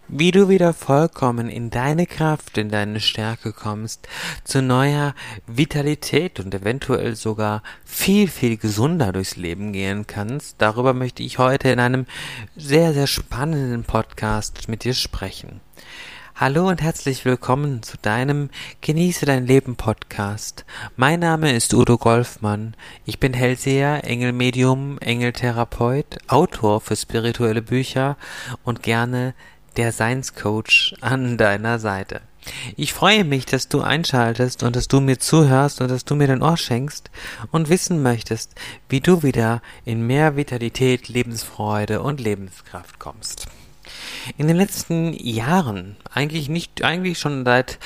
Wie du wieder vollkommen in deine Kraft, in deine Stärke kommst, zu neuer Vitalität und eventuell sogar viel, viel gesunder durchs Leben gehen kannst. Darüber möchte ich heute in einem sehr, sehr spannenden Podcast mit dir sprechen. Hallo und herzlich willkommen zu deinem Genieße dein Leben Podcast. Mein Name ist Udo Golfmann. Ich bin Hellseher, Engelmedium, Engeltherapeut, Autor für spirituelle Bücher und gerne der Seinscoach an deiner Seite. Ich freue mich, dass du einschaltest und dass du mir zuhörst und dass du mir dein Ohr schenkst und wissen möchtest, wie du wieder in mehr Vitalität, Lebensfreude und Lebenskraft kommst. In den letzten Jahren, eigentlich schon seit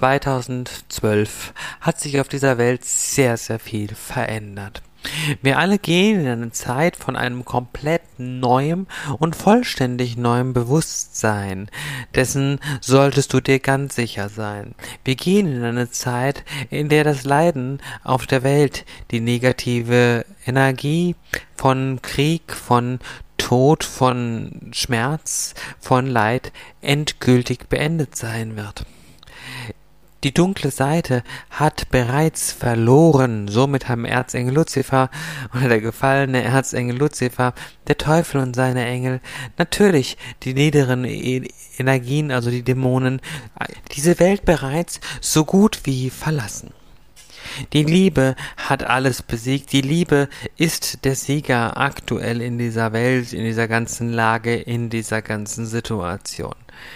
2012, hat sich auf dieser Welt sehr, sehr viel verändert. Wir alle gehen in eine Zeit von einem komplett neuem und vollständig neuem Bewusstsein. Dessen solltest du dir ganz sicher sein. Wir gehen in eine Zeit, in der das Leiden auf der Welt, die negative Energie von Krieg, von Tod, von Schmerz, von Leid endgültig beendet sein wird. Die dunkle Seite hat bereits verloren, somit haben Erzengel Luzifer oder der gefallene Erzengel Luzifer, der Teufel und seine Engel, natürlich die niederen Energien, also die Dämonen, diese Welt bereits so gut wie verlassen. Die Liebe hat alles besiegt. Die Liebe ist der Sieger aktuell in dieser Welt, in dieser ganzen Lage, in dieser ganzen Situation.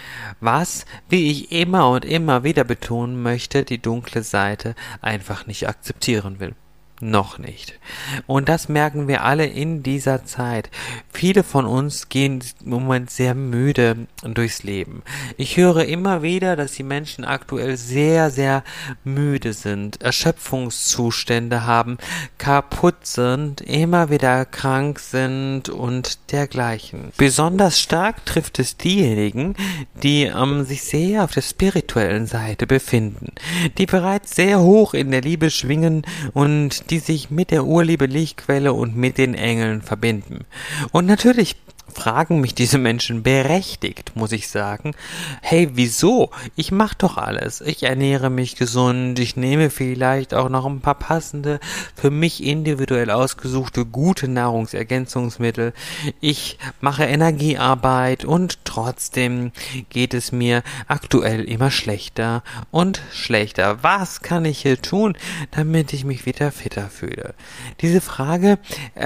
Was, wie ich immer und immer wieder betonen möchte, die dunkle Seite einfach nicht akzeptieren will. Noch nicht. Und das merken wir alle in dieser Zeit. Viele von uns gehen im Moment sehr müde durchs Leben. Ich höre immer wieder, dass die Menschen aktuell sehr, sehr müde sind, Erschöpfungszustände haben, kaputt sind, immer wieder krank sind und dergleichen. Besonders stark trifft es diejenigen, die sich sehr auf der spirituellen Seite befinden, die bereits sehr hoch in der Liebe schwingen und die sich mit der Urliebe Lichtquelle und mit den Engeln verbinden. Und natürlich fragen mich diese Menschen berechtigt, muss ich sagen, hey, wieso? Ich mache doch alles. Ich ernähre mich gesund, ich nehme vielleicht auch noch ein paar passende, für mich individuell ausgesuchte, gute Nahrungsergänzungsmittel. Ich mache Energiearbeit und trotzdem geht es mir aktuell immer schlechter und schlechter. Was kann ich hier tun, damit ich mich wieder fitter fühle? Diese Frage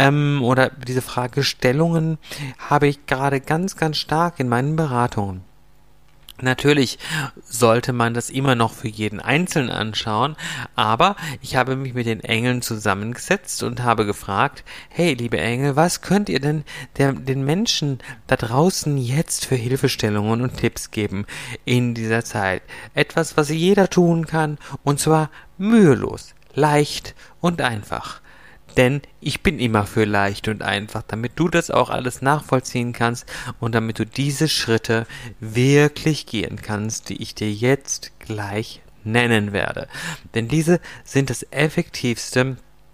oder diese Fragestellungen habe ich gerade ganz, ganz stark in meinen Beratungen. Natürlich sollte man das immer noch für jeden Einzelnen anschauen, aber ich habe mich mit den Engeln zusammengesetzt und habe gefragt, hey, liebe Engel, was könnt ihr denn den Menschen da draußen jetzt für Hilfestellungen und Tipps geben in dieser Zeit? Etwas, was jeder tun kann, und zwar mühelos, leicht und einfach. Denn ich bin immer für leicht und einfach, damit du das auch alles nachvollziehen kannst und damit du diese Schritte wirklich gehen kannst, die ich dir jetzt gleich nennen werde. Denn diese sind das Effektivste,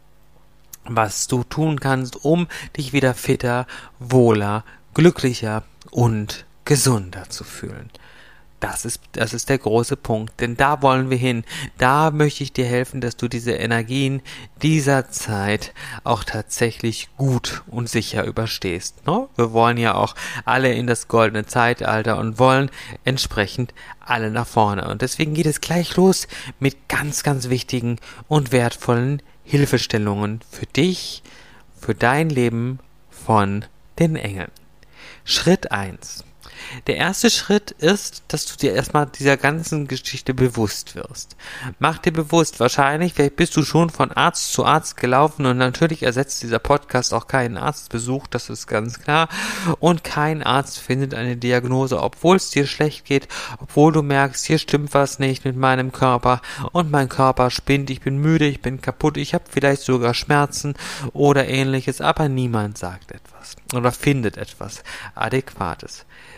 was du tun kannst, um dich wieder fitter, glücklicher und gesunder zu fühlen. Das ist der große Punkt, denn da wollen wir hin. Da möchte ich dir helfen, dass du diese Energien dieser Zeit auch tatsächlich gut und sicher überstehst. Ne? Wir wollen ja auch alle in das goldene Zeitalter und wollen entsprechend alle nach vorne. Und deswegen geht es gleich los mit ganz, ganz wichtigen und wertvollen Hilfestellungen für dich, für dein Leben von den Engeln. Schritt 1. Der erste Schritt ist, dass du dir erstmal dieser ganzen Geschichte bewusst wirst. Mach dir bewusst, vielleicht bist du schon von Arzt zu Arzt gelaufen und natürlich ersetzt dieser Podcast auch keinen Arztbesuch, das ist ganz klar. Und kein Arzt findet eine Diagnose, obwohl es dir schlecht geht, obwohl du merkst, hier stimmt was nicht mit meinem Körper und mein Körper spinnt, ich bin müde, ich bin kaputt, ich habe vielleicht sogar Schmerzen oder ähnliches, aber niemand sagt etwas oder findet etwas Adäquates.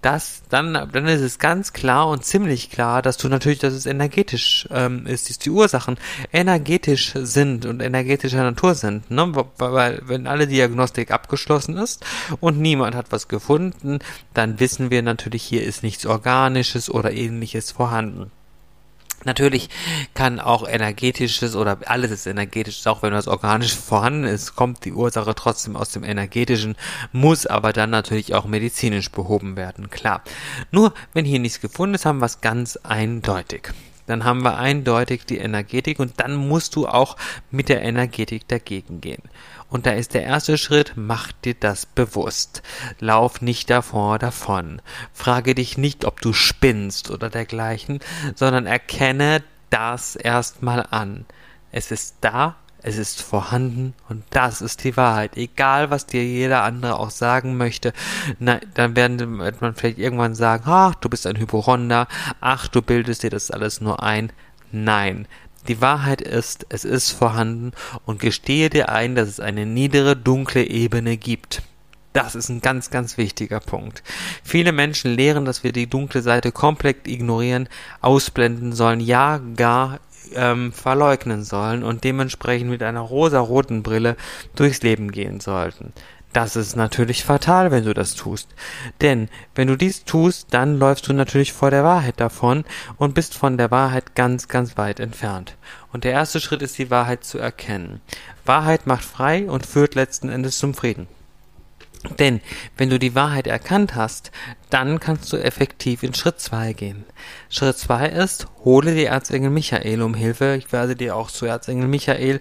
dann ist es ganz klar und ziemlich klar, dass es energetisch dass die Ursachen energetisch sind und energetischer Natur sind, ne? Weil wenn alle Diagnostik abgeschlossen ist und niemand hat was gefunden, dann wissen wir natürlich, hier ist nichts Organisches oder Ähnliches vorhanden. Natürlich kann auch energetisches oder alles ist energetisch, auch wenn was organisch vorhanden ist, kommt die Ursache trotzdem aus dem Energetischen, muss aber dann natürlich auch medizinisch behoben werden, klar. Nur, wenn hier nichts gefunden ist, haben wir es ganz eindeutig. Dann haben wir eindeutig die Energetik und dann musst du auch mit der Energetik dagegen gehen. Und da ist der erste Schritt, mach dir das bewusst. Lauf nicht davon. Frage dich nicht, ob du spinnst oder dergleichen, sondern erkenne das erstmal an. Es ist da, es ist vorhanden und das ist die Wahrheit. Egal, was dir jeder andere auch sagen möchte, dann wird man vielleicht irgendwann sagen, ach, du bist ein Hypochonder, ach, du bildest dir das alles nur ein. Nein. Die Wahrheit ist, es ist vorhanden und gestehe dir ein, dass es eine niedere, dunkle Ebene gibt. Das ist ein ganz, ganz wichtiger Punkt. Viele Menschen lehren, dass wir die dunkle Seite komplett ignorieren, ausblenden sollen, ja gar verleugnen sollen und dementsprechend mit einer rosaroten Brille durchs Leben gehen sollten. Das ist natürlich fatal, wenn du das tust. Denn wenn du dies tust, dann läufst du natürlich vor der Wahrheit davon und bist von der Wahrheit ganz, ganz weit entfernt. Und der erste Schritt ist, die Wahrheit zu erkennen. Wahrheit macht frei und führt letzten Endes zum Frieden. Denn wenn du die Wahrheit erkannt hast, dann kannst du effektiv in Schritt 2 gehen. Schritt 2 ist, hole dir Erzengel Michael um Hilfe. Ich werde dir auch zu Erzengel Michael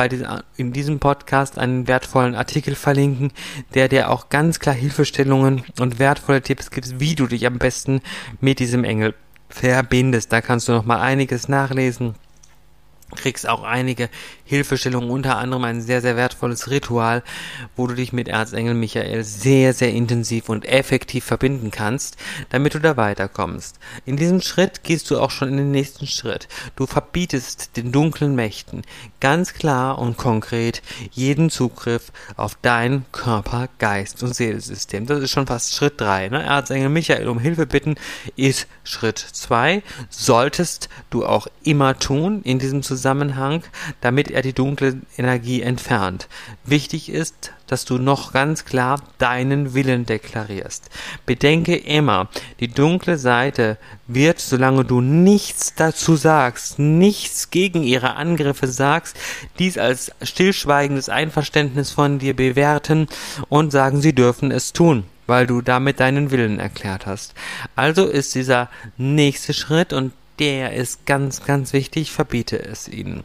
in diesem Podcast einen wertvollen Artikel verlinken, der dir auch ganz klar Hilfestellungen und wertvolle Tipps gibt, wie du dich am besten mit diesem Engel verbindest. Da kannst du noch mal einiges nachlesen. Kriegst auch einige Hilfestellungen, unter anderem ein sehr, sehr wertvolles Ritual, wo du dich mit Erzengel Michael sehr, sehr intensiv und effektiv verbinden kannst, damit du da weiterkommst. In diesem Schritt gehst du auch schon in den nächsten Schritt. Du verbietest den dunklen Mächten ganz klar und konkret jeden Zugriff auf dein Körper, Geist und Seelensystem. Das ist schon fast Schritt 3. Ne? Erzengel Michael um Hilfe bitten ist Schritt 2. Solltest du auch immer tun in diesem Zusammenhang, damit er die dunkle Energie entfernt. Wichtig ist, dass du noch ganz klar deinen Willen deklarierst. Bedenke immer, die dunkle Seite wird, solange du nichts dazu sagst, nichts gegen ihre Angriffe sagst, dies als stillschweigendes Einverständnis von dir bewerten und sagen, sie dürfen es tun, weil du damit deinen Willen erklärt hast. Also ist dieser nächste Schritt, und der ist ganz, ganz wichtig, verbiete es ihnen.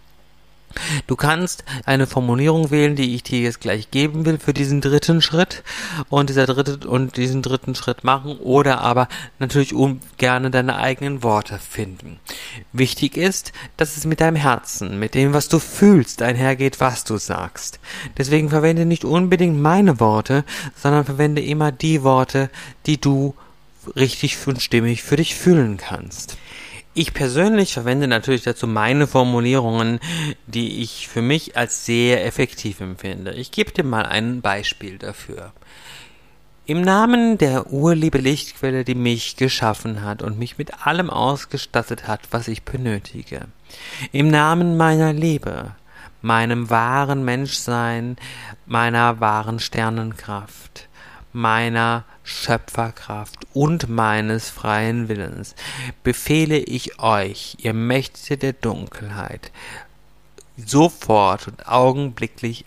Du kannst eine Formulierung wählen, die ich dir jetzt gleich geben will für diesen dritten Schritt und diesen dritten Schritt machen, oder aber natürlich gerne deine eigenen Worte finden. Wichtig ist, dass es mit deinem Herzen, mit dem, was du fühlst, einhergeht, was du sagst. Deswegen verwende nicht unbedingt meine Worte, sondern verwende immer die Worte, die du richtig und stimmig für dich fühlen kannst. Ich persönlich verwende natürlich dazu meine Formulierungen, die ich für mich als sehr effektiv empfinde. Ich gebe dir mal ein Beispiel dafür. Im Namen der urliebe Lichtquelle, die mich geschaffen hat und mich mit allem ausgestattet hat, was ich benötige. Im Namen meiner Liebe, meinem wahren Menschsein, meiner wahren Sternenkraft, meiner Schöpferkraft und meines freien Willens befehle ich euch, ihr Mächte der Dunkelheit, sofort und augenblicklich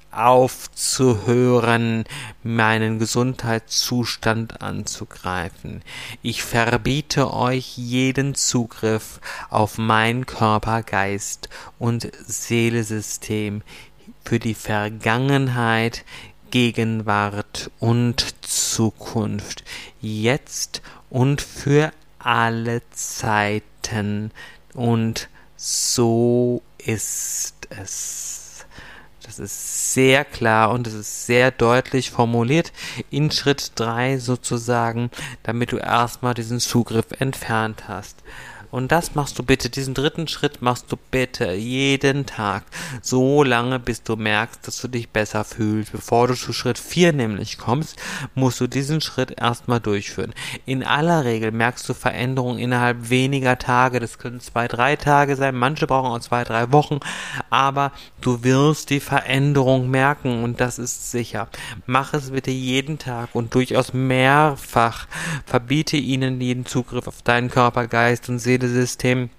aufzuhören, meinen Gesundheitszustand anzugreifen. Ich verbiete euch jeden Zugriff auf mein Körper, Geist und Seelensystem für die Vergangenheit, Gegenwart und Zukunft, jetzt und für alle Zeiten, und so ist es. Das ist sehr klar und es ist sehr deutlich formuliert in Schritt 3 sozusagen, damit du erstmal diesen Zugriff entfernt hast. Und das machst du bitte, diesen dritten Schritt machst du bitte jeden Tag, so lange, bis du merkst, dass du dich besser fühlst. Bevor du zu Schritt 4 nämlich kommst, musst du diesen Schritt erstmal durchführen. In aller Regel merkst du Veränderungen innerhalb weniger Tage, das können 2-3 Tage sein, manche brauchen auch 2-3 Wochen, aber du wirst die Veränderung merken und das ist sicher. Mach es bitte jeden Tag und durchaus mehrfach. Verbiete ihnen jeden Zugriff auf deinen Körper, Geist und Seelensystem.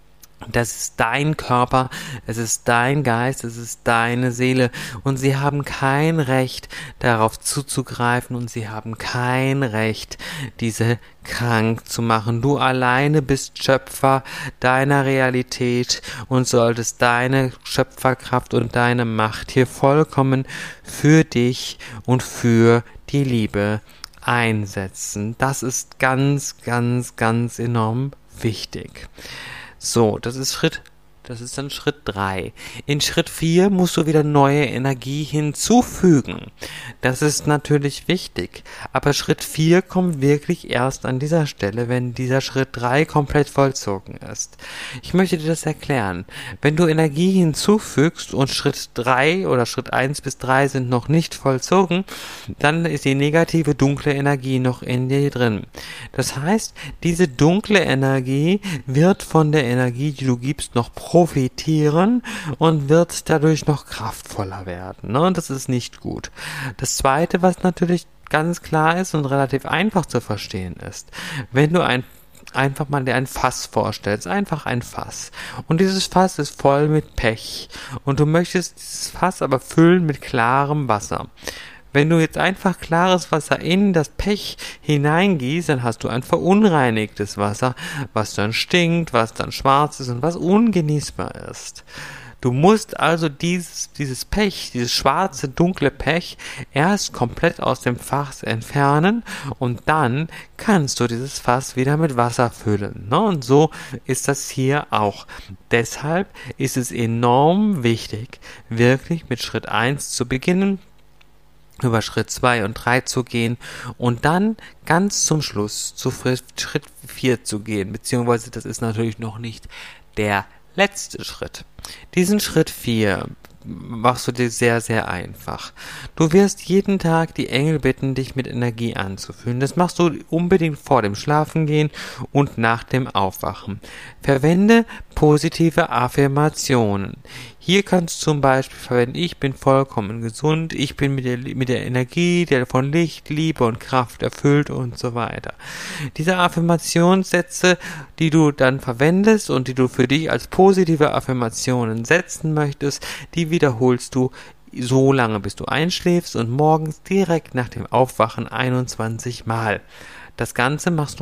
Das ist dein Körper, es ist dein Geist, es ist deine Seele und sie haben kein Recht, darauf zuzugreifen und sie haben kein Recht, diese krank zu machen. Du alleine bist Schöpfer deiner Realität und solltest deine Schöpferkraft und deine Macht hier vollkommen für dich und für die Liebe einsetzen. Das ist ganz, ganz, ganz enorm wichtig. So, das ist dann Schritt 3. In Schritt 4 musst du wieder neue Energie hinzufügen. Das ist natürlich wichtig. Aber Schritt 4 kommt wirklich erst an dieser Stelle, wenn dieser Schritt 3 komplett vollzogen ist. Ich möchte dir das erklären. Wenn du Energie hinzufügst und Schritt 3 oder Schritt 1 bis 3 sind noch nicht vollzogen, dann ist die negative dunkle Energie noch in dir drin. Das heißt, diese dunkle Energie wird von der Energie, die du gibst, noch profitieren und wird dadurch noch kraftvoller werden. Ne? Und das ist nicht gut. Das Zweite, was natürlich ganz klar ist und relativ einfach zu verstehen ist, wenn du einfach mal dir ein Fass vorstellst, einfach ein Fass. Und dieses Fass ist voll mit Pech. Und du möchtest dieses Fass aber füllen mit klarem Wasser. Wenn du jetzt einfach klares Wasser in das Pech hineingießt, dann hast du ein verunreinigtes Wasser, was dann stinkt, was dann schwarz ist und was ungenießbar ist. Du musst also dieses Pech, dieses schwarze, dunkle Pech erst komplett aus dem Fass entfernen und dann kannst du dieses Fass wieder mit Wasser füllen. Ne? Und so ist das hier auch. Deshalb ist es enorm wichtig, wirklich mit Schritt 1 zu beginnen, über Schritt 2 und 3 zu gehen und dann ganz zum Schluss zu Schritt 4 zu gehen, beziehungsweise das ist natürlich noch nicht der letzte Schritt. Diesen Schritt 4 machst du dir sehr, sehr einfach. Du wirst jeden Tag die Engel bitten, dich mit Energie anzufüllen. Das machst du unbedingt vor dem Schlafengehen und nach dem Aufwachen. Verwende positive Affirmationen. Hier kannst du zum Beispiel verwenden, ich bin vollkommen gesund, ich bin mit der Energie, der von Licht, Liebe und Kraft erfüllt und so weiter. Diese Affirmationssätze, die du dann verwendest und die du für dich als positive Affirmationen setzen möchtest, die wiederholst du so lange, bis du einschläfst und morgens direkt nach dem Aufwachen 21 Mal. Das Ganze machst du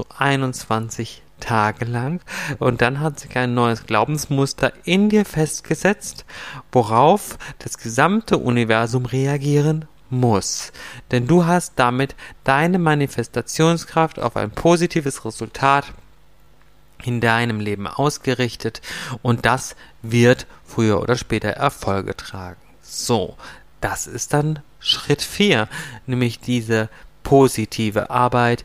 21 Tage lang und dann hat sich ein neues Glaubensmuster in dir festgesetzt, worauf das gesamte Universum reagieren muss. Denn du hast damit deine Manifestationskraft auf ein positives Resultat in deinem Leben ausgerichtet und das wird früher oder später Erfolge tragen. So, das ist dann Schritt 4, nämlich diese positive Arbeit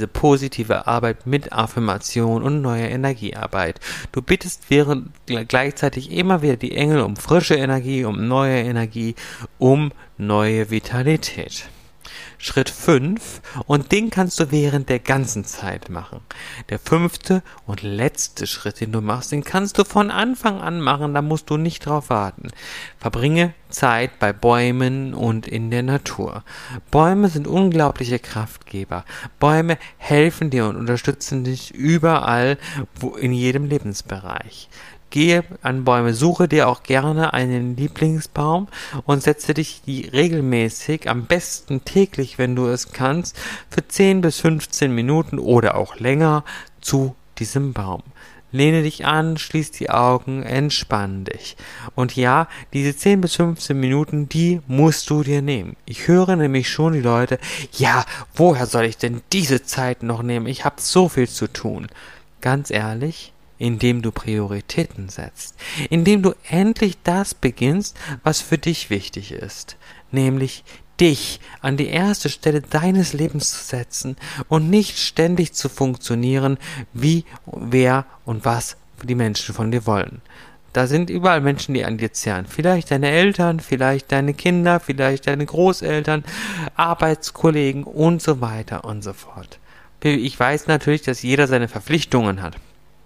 mit Affirmation und neuer Energiearbeit. Du bittest gleichzeitig immer wieder die Engel um frische Energie, um neue Energie, um neue Vitalität. Schritt 5 und den kannst du während der ganzen Zeit machen. Der 5. und letzte Schritt, den du machst, den kannst du von Anfang an machen, da musst du nicht drauf warten. Verbringe Zeit bei Bäumen und in der Natur. Bäume sind unglaubliche Kraftgeber. Bäume helfen dir und unterstützen dich überall, in jedem Lebensbereich. Gehe an Bäume, suche dir auch gerne einen Lieblingsbaum und setze dich regelmäßig, am besten täglich, wenn du es kannst, für 10 bis 15 Minuten oder auch länger zu diesem Baum. Lehne dich an, schließ die Augen, entspann dich. Und ja, diese 10 bis 15 Minuten, die musst du dir nehmen. Ich höre nämlich schon die Leute, ja, woher soll ich denn diese Zeit noch nehmen? Ich habe so viel zu tun. Ganz ehrlich, indem du Prioritäten setzt, indem du endlich das beginnst, was für dich wichtig ist, nämlich dich an die erste Stelle deines Lebens zu setzen und nicht ständig zu funktionieren, wie, wer und was die Menschen von dir wollen. Da sind überall Menschen, die an dir zehren. Vielleicht deine Eltern, vielleicht deine Kinder, vielleicht deine Großeltern, Arbeitskollegen und so weiter und so fort. Ich weiß natürlich, dass jeder seine Verpflichtungen hat,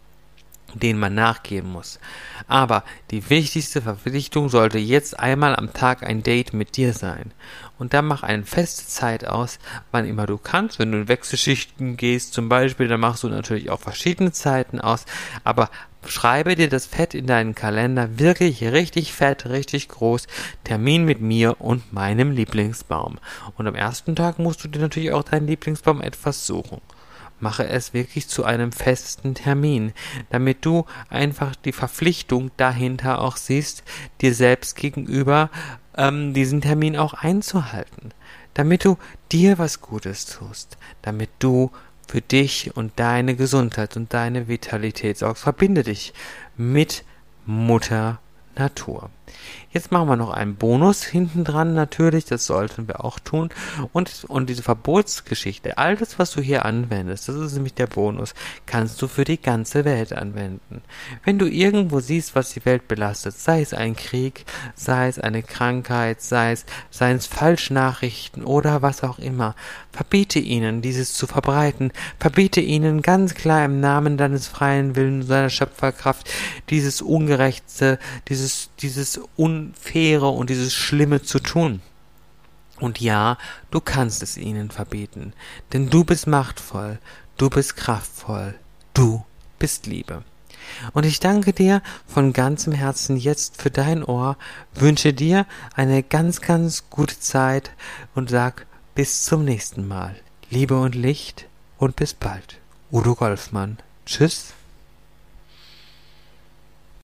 denen man nachgehen muss. Aber die wichtigste Verpflichtung sollte jetzt einmal am Tag ein Date mit dir sein. Und dann mach eine feste Zeit aus, wann immer du kannst. Wenn du in Wechselschichten gehst zum Beispiel, dann machst du natürlich auch verschiedene Zeiten aus. Aber schreibe dir das fett in deinen Kalender, wirklich richtig fett, richtig groß, Termin mit mir und meinem Lieblingsbaum. Und am ersten Tag musst du dir natürlich auch deinen Lieblingsbaum etwas suchen. Mache es wirklich zu einem festen Termin, damit du einfach die Verpflichtung dahinter auch siehst, dir selbst gegenüber diesen Termin auch einzuhalten. Damit du dir was Gutes tust, damit du für dich und deine Gesundheit und deine Vitalität sorgst. Verbinde dich mit Mutter Natur. Jetzt machen wir noch einen Bonus hinten dran, natürlich, das sollten wir auch tun. Und diese Verbotsgeschichte, all das, was du hier anwendest, das ist nämlich der Bonus, kannst du für die ganze Welt anwenden. Wenn du irgendwo siehst, was die Welt belastet, sei es ein Krieg, sei es eine Krankheit, seien es Falschnachrichten oder was auch immer, verbiete ihnen, dieses zu verbreiten, verbiete ihnen ganz klar im Namen deines freien Willens und deiner Schöpferkraft dieses Ungerechte, dieses Unfaire und dieses Schlimme zu tun. Und ja, du kannst es ihnen verbieten, denn du bist machtvoll, du bist kraftvoll, du bist Liebe. Und ich danke dir von ganzem Herzen jetzt für dein Ohr, wünsche dir eine ganz, ganz gute Zeit und sag bis zum nächsten Mal. Liebe und Licht und bis bald. Udo Golfmann. Tschüss.